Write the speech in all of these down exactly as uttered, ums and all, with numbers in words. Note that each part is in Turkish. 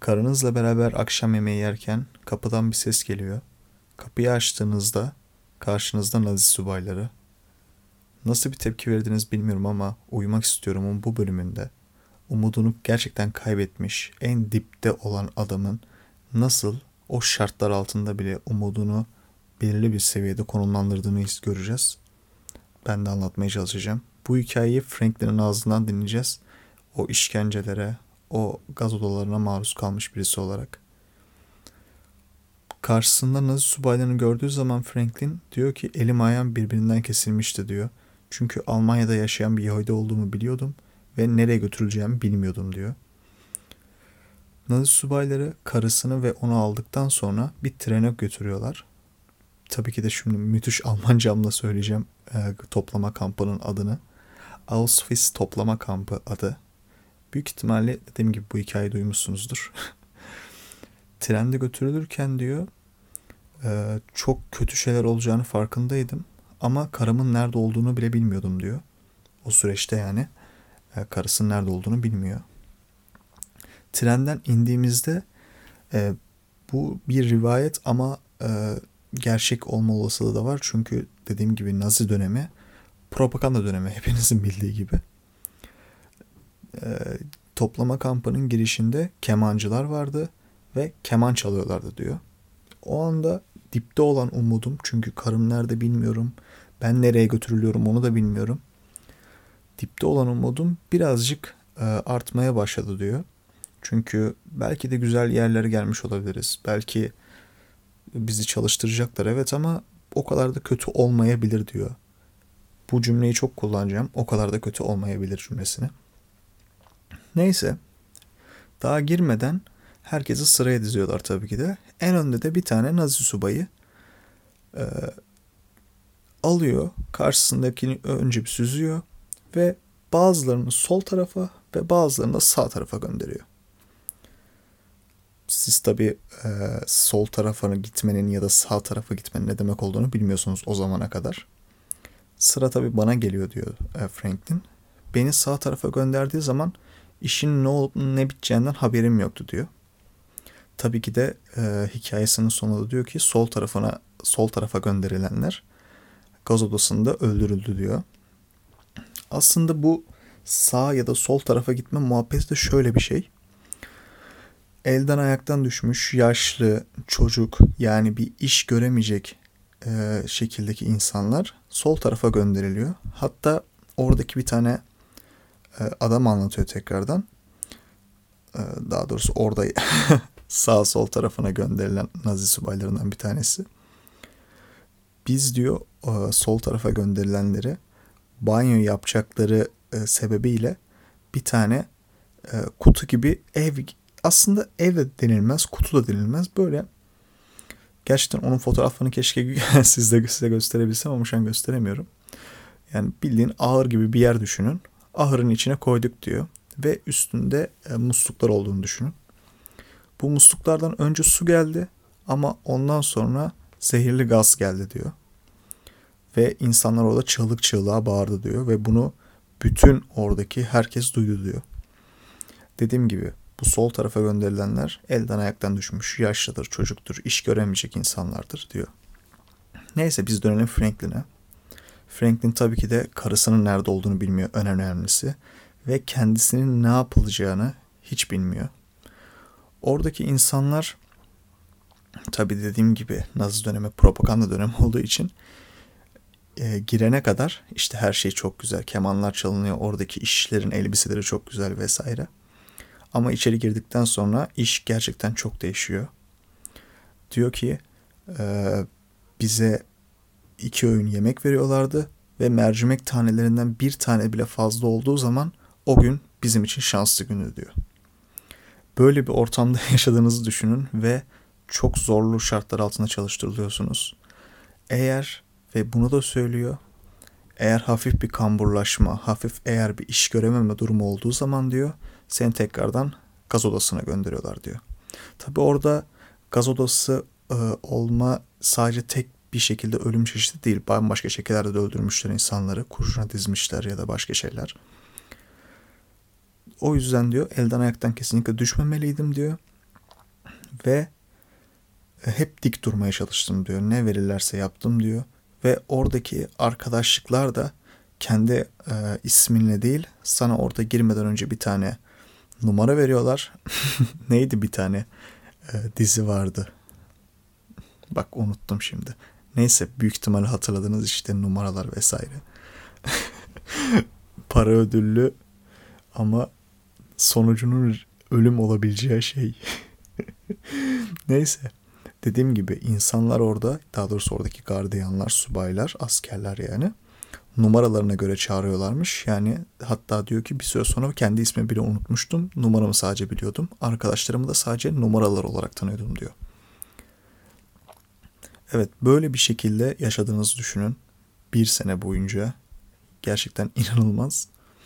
Karınızla beraber akşam yemeği yerken kapıdan bir ses geliyor. Kapıyı açtığınızda karşınızda Nazi subayları. Nasıl bir tepki verdiniz bilmiyorum ama Uyumak İstiyorum'un bu bölümünde umudunu gerçekten kaybetmiş, en dipte olan adamın nasıl o şartlar altında bile umudunu belirli bir seviyede konumlandırdığını göreceğiz. Ben de anlatmaya çalışacağım. Bu hikayeyi Franklin'in ağzından dinleyeceğiz. O işkencelere, o gaz odalarına maruz kalmış birisi olarak. Karşısında Nazi subaylarını gördüğü zaman Franklin diyor ki elim ayağım birbirinden kesilmişti diyor. Çünkü Almanya'da yaşayan bir Yahudi olduğumu biliyordum ve nereye götürüleceğimi bilmiyordum diyor. Nazi subayları karısını ve onu aldıktan sonra bir trene götürüyorlar. Tabii ki de şimdi müthiş Almancamla söyleyeceğim e, toplama kampının adını. Auschwitz toplama kampı adı. Büyük ihtimalle dediğim gibi bu hikayeyi duymuşsunuzdur. Trende götürülürken diyor e, çok kötü şeyler olacağını farkındaydım. Ama karımın nerede olduğunu bile bilmiyordum diyor. O süreçte yani e, karısının nerede olduğunu bilmiyor. Trenden indiğimizde e, bu bir rivayet ama e, gerçek olma olasılığı da var. Çünkü dediğim gibi Nazi dönemi propaganda dönemi hepinizin bildiği gibi. E, toplama kampının girişinde kemancılar vardı ve keman çalıyorlardı diyor. O anda dipte olan umudum, çünkü karım nerede bilmiyorum, ben nereye götürülüyorum onu da bilmiyorum. Dipte olan umudum birazcık e, artmaya başladı diyor. Çünkü belki de güzel yerlere gelmiş olabiliriz. Belki bizi çalıştıracaklar evet ama o kadar da kötü olmayabilir diyor. Bu cümleyi çok kullanacağım. O kadar da kötü olmayabilir cümlesini. Neyse. Daha girmeden herkesi sıraya diziyorlar tabii ki de. En önde de bir tane Nazi subayı e, alıyor. Karşısındakini önce bir süzüyor ve bazılarını sol tarafa ve bazılarını da sağ tarafa gönderiyor. Siz tabii e, sol tarafa gitmenin ya da sağ tarafa gitmenin ne demek olduğunu bilmiyorsunuz o zamana kadar. Sıra tabii bana geliyor diyor e, Franklin. Beni sağ tarafa gönderdiği zaman işin ne olup ne biteceğinden haberim yoktu diyor. Tabii ki de e, hikayesinin sonunda diyor ki sol tarafına sol tarafa gönderilenler gaz odasında öldürüldü diyor. Aslında bu sağ ya da sol tarafa gitme muhabbeti de şöyle bir şey. Elden ayaktan düşmüş yaşlı çocuk, yani bir iş göremeyecek e, şekildeki insanlar sol tarafa gönderiliyor. Hatta oradaki bir tane e, adam anlatıyor tekrardan. E, daha doğrusu orada sağ sol tarafına gönderilen Nazi subaylarından bir tanesi. Biz diyor e, sol tarafa gönderilenleri banyo yapacakları e, sebebiyle bir tane e, kutu gibi ev, aslında ev de denilmez, kutu da denilmez. Böyle gerçekten onun fotoğrafını keşke sizde size gösterebilsem ama şu an gösteremiyorum. Yani bildiğin ahır gibi bir yer düşünün. Ahırın içine koyduk diyor ve üstünde e, musluklar olduğunu düşünün. Bu musluklardan önce su geldi ama ondan sonra zehirli gaz geldi diyor. Ve insanlar orada çığlık çığlığa bağırdı diyor ve bunu bütün oradaki herkes duydu diyor. Dediğim gibi bu sol tarafa gönderilenler elden ayaktan düşmüş, yaşlıdır, çocuktur, iş göremeyecek insanlardır diyor. Neyse biz dönelim Franklin'e. Franklin tabii ki de karısının nerede olduğunu bilmiyor, en önemlisi. Ve kendisinin ne yapılacağını hiç bilmiyor. Oradaki insanlar tabii dediğim gibi Nazi dönemi propaganda dönemi olduğu için e, girene kadar işte her şey çok güzel. Kemanlar çalınıyor, oradaki işçilerin elbiseleri çok güzel vesaire. Ama içeri girdikten sonra iş gerçekten çok değişiyor. Diyor ki e, bize iki öğün yemek veriyorlardı ve mercimek tanelerinden bir tane bile fazla olduğu zaman o gün bizim için şanslı gündü diyor. Böyle bir ortamda yaşadığınızı düşünün ve çok zorlu şartlar altında çalıştırılıyorsunuz. Eğer, ve bunu da söylüyor, eğer hafif bir kamburlaşma, hafif eğer bir iş görememe durumu olduğu zaman diyor, seni tekrardan gaz odasına gönderiyorlar diyor. Tabi orada gaz odası e, olma sadece tek bir şekilde ölüm çeşidi değil. Bambaşka şekillerde de öldürmüşler insanları. Kurşuna dizmişler ya da başka şeyler. O yüzden diyor elden ayaktan kesinlikle düşmemeliydim diyor. Ve hep dik durmaya çalıştım diyor. Ne verirlerse yaptım diyor. Ve oradaki arkadaşlıklar da kendi e, isminle değil, sana orada girmeden önce bir tane numara veriyorlar. Neydi bir tane e, dizi vardı. Bak unuttum şimdi. Neyse, büyük ihtimalle hatırladınız işte, numaralar vesaire. Para ödüllü ama sonucunun ölüm olabileceği şey. Neyse. Dediğim gibi insanlar orada, daha doğrusu oradaki gardiyanlar, subaylar, askerler yani numaralarına göre çağırıyorlarmış. Yani hatta diyor ki bir süre sonra kendi ismimi bile unutmuştum. Numaramı sadece biliyordum. Arkadaşlarımı da sadece numaralar olarak tanıyordum diyor. Evet, böyle bir şekilde yaşadığınızı düşünün. Bir sene boyunca. Gerçekten inanılmaz.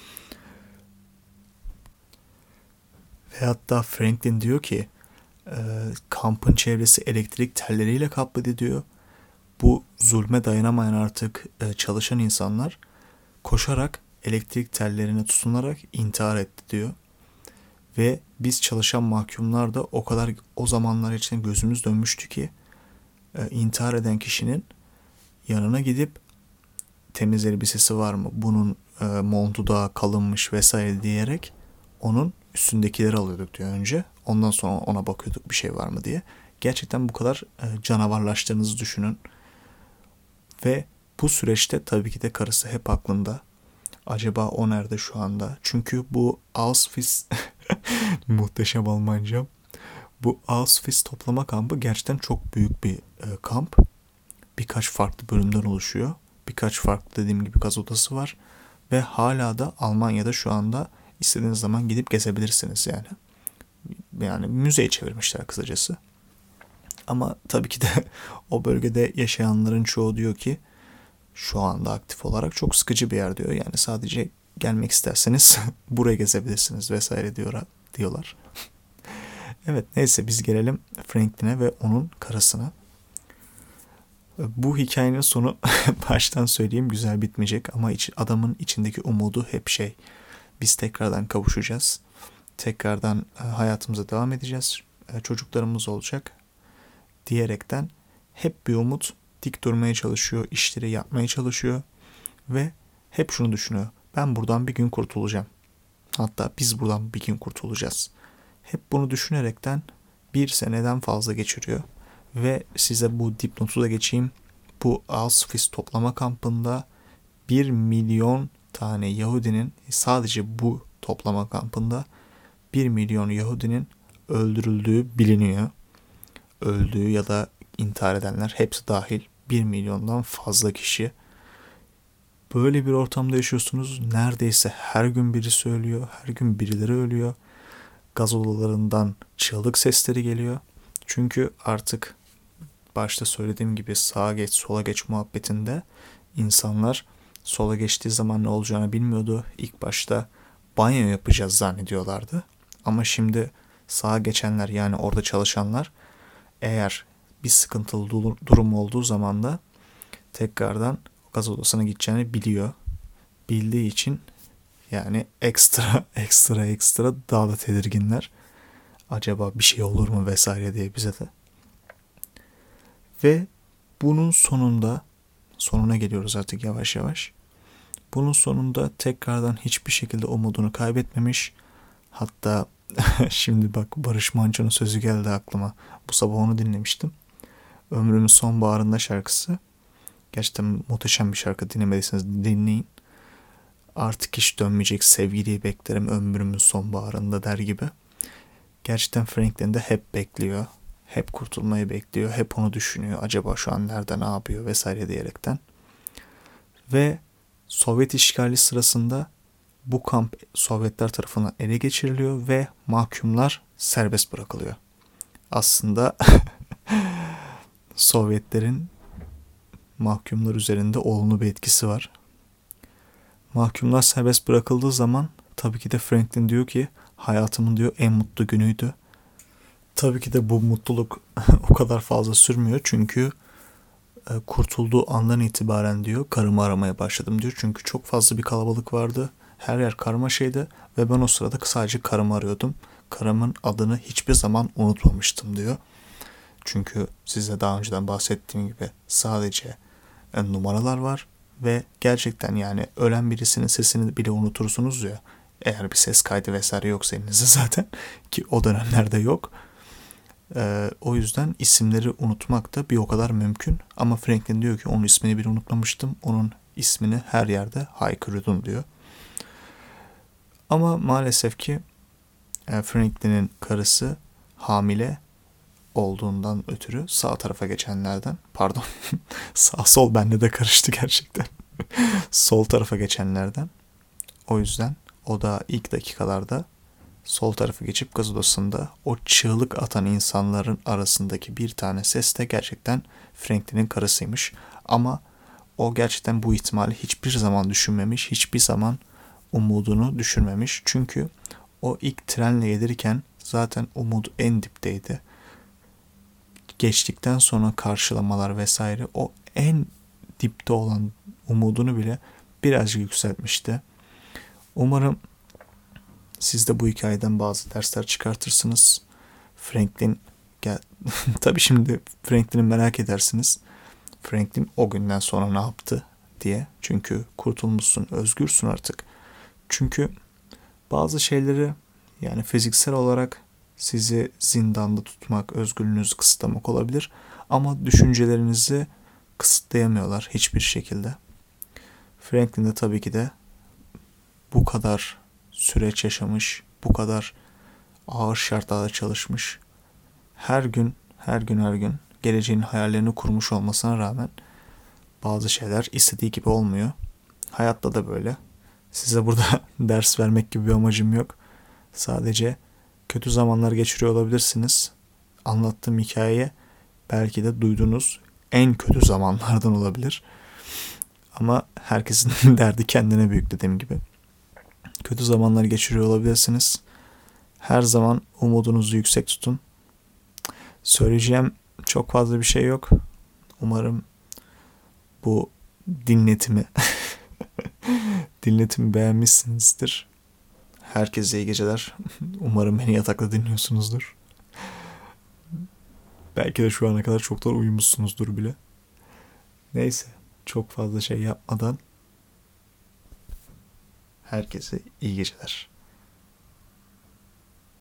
Ve hatta Franklin diyor ki e, kampın çevresi elektrik telleriyle kaplıydı diyor. Bu zulme dayanamayan artık e, çalışan insanlar koşarak elektrik tellerine tutunarak intihar etti diyor. Ve biz çalışan mahkumlar da o kadar o zamanlar için gözümüz dönmüştü ki e, intihar eden kişinin yanına gidip temiz elbisesi var mı, bunun e, montu daha kalınmış vesaire diyerek onun üstündekileri alıyorduk diyor önce. Ondan sonra ona bakıyorduk bir şey var mı diye. Gerçekten bu kadar e, canavarlaştığınızı düşünün. Ve bu süreçte tabii ki de karısı hep aklında. Acaba o nerede şu anda? Çünkü bu Auschwitz muhteşem Almancam. Bu Auschwitz toplama kampı gerçekten çok büyük bir e, kamp. Birkaç farklı bölümden oluşuyor. Birkaç farklı dediğim gibi gaz odası var. Ve hala da Almanya'da şu anda istediğiniz zaman gidip gezebilirsiniz yani. Yani müzeye çevirmişler kısacası. Ama tabii ki de o bölgede yaşayanların çoğu diyor ki şu anda aktif olarak çok sıkıcı bir yer diyor. Yani sadece gelmek isterseniz buraya gezebilirsiniz vesaire diyor, diyorlar. Evet, neyse biz gelelim Franklin'e ve onun karısına. Bu hikayenin sonu baştan söyleyeyim güzel bitmeyecek ama iç, adamın içindeki umudu hep şey. Biz tekrardan kavuşacağız. Tekrardan hayatımıza devam edeceğiz. Çocuklarımız olacak diyerekten hep bir umut, dik durmaya çalışıyor, işleri yapmaya çalışıyor ve hep şunu düşünüyor. Ben buradan bir gün kurtulacağım. Hatta biz buradan bir gün kurtulacağız. Hep bunu düşünerekten bir seneden fazla geçiriyor. Ve size bu dipnotu da geçeyim. Bu Auschwitz toplama kampında bir milyon tane Yahudinin, sadece bu toplama kampında bir milyon Yahudinin öldürüldüğü biliniyor. Öldüğü ya da intihar edenler hepsi dahil bir milyondan fazla kişi. Böyle bir ortamda yaşıyorsunuz. Neredeyse her gün birisi ölüyor. Her gün birileri ölüyor. Gaz odalarından çığlık sesleri geliyor. Çünkü artık başta söylediğim gibi sağa geç sola geç muhabbetinde insanlar sola geçtiği zaman ne olacağını bilmiyordu. İlk başta banyo yapacağız zannediyorlardı. Ama şimdi sağa geçenler, yani orada çalışanlar, eğer bir sıkıntılı durum olduğu zaman da tekrardan gaz odasına gideceğini biliyor. Bildiği için yani ekstra ekstra ekstra daha da tedirginler. Acaba bir şey olur mu vesaire diye bize de. Ve bunun sonunda, sonuna geliyoruz artık yavaş yavaş. Bunun sonunda tekrardan hiçbir şekilde umudunu kaybetmemiş. Hatta şimdi bak, Barış Manço'nun sözü geldi aklıma. Bu sabah onu dinlemiştim. Ömrümün Sonbaharında şarkısı. Gerçekten muhteşem bir şarkı. Dinlemediyseniz dinleyin. Artık hiç dönmeyecek sevgiliyi beklerim ömrümün sonbaharında der gibi. Gerçekten Franklin de hep bekliyor. Hep kurtulmayı bekliyor. Hep onu düşünüyor. Acaba şu an nerede, ne yapıyor vesaire diyerekten. Ve Sovyet işgali sırasında bu kamp Sovyetler tarafından ele geçiriliyor ve mahkumlar serbest bırakılıyor. Aslında Sovyetlerin mahkumlar üzerinde olumlu bir etkisi var. Mahkumlar serbest bırakıldığı zaman tabii ki de Franklin diyor ki hayatımın diyor en mutlu günüydü. Tabii ki de bu mutluluk o kadar fazla sürmüyor çünkü kurtulduğu andan itibaren diyor karımı aramaya başladım diyor. Çünkü çok fazla bir kalabalık vardı. Her yer karmaşaydı ve ben o sırada sadece karımı arıyordum. karımın adını hiçbir zaman unutmamıştım diyor. Çünkü size daha önceden bahsettiğim gibi sadece numaralar var ve gerçekten yani ölen birisinin sesini bile unutursunuz ya. Eğer bir ses kaydı vesaire yoksa elinizde zaten, ki o dönemlerde yok. Ee, o yüzden isimleri unutmak da bir o kadar mümkün. Ama Franklin diyor ki onun ismini bile unutmamıştım. Onun ismini her yerde haykırıyordum diyor. Ama maalesef ki Franklin'in karısı hamile olduğundan ötürü sağ tarafa geçenlerden, pardon sağ sol bende de karıştı gerçekten. Sol tarafa geçenlerden. O yüzden o da ilk dakikalarda sol tarafa geçip gaz odasında o çığlık atan insanların arasındaki bir tane ses de gerçekten Franklin'in karısıymış. Ama o gerçekten bu ihtimali hiçbir zaman düşünmemiş, hiçbir zaman umudunu düşürmemiş. Çünkü o ilk trenle gelirken zaten umudu en dipteydi. Geçtikten sonra karşılamalar vesaire o en dipte olan umudunu bile birazcık yükseltmişti. Umarım siz de bu hikayeden bazı dersler çıkartırsınız. Franklin gel tabii şimdi Franklin'i merak edersiniz. Franklin o günden sonra ne yaptı diye. Çünkü kurtulmuşsun, özgürsün artık. Çünkü bazı şeyleri yani fiziksel olarak sizi zindanda tutmak, özgürlüğünüzü kısıtlamak olabilir. Ama düşüncelerinizi kısıtlayamıyorlar hiçbir şekilde. Franklin de tabii ki de bu kadar süreç yaşamış, bu kadar ağır şartlarda çalışmış. Her gün, her gün, her gün geleceğin hayallerini kurmuş olmasına rağmen bazı şeyler istediği gibi olmuyor. Hayatta da böyle. Size burada ders vermek gibi bir amacım yok. Sadece kötü zamanlar geçiriyor olabilirsiniz. Anlattığım hikayeye belki de duyduğunuz en kötü zamanlardan olabilir. Ama herkesin derdi kendine büyük dediğim gibi. Kötü zamanlar geçiriyor olabilirsiniz. Her zaman umudunuzu yüksek tutun. Söyleyeceğim çok fazla bir şey yok. Umarım bu dinletimi dinletimi beğenmişsinizdir. Herkese iyi geceler. Umarım beni yatakta dinliyorsunuzdur. Belki de şu ana kadar çoktan uyumuşsunuzdur bile. Neyse, çok fazla şey yapmadan herkese iyi geceler.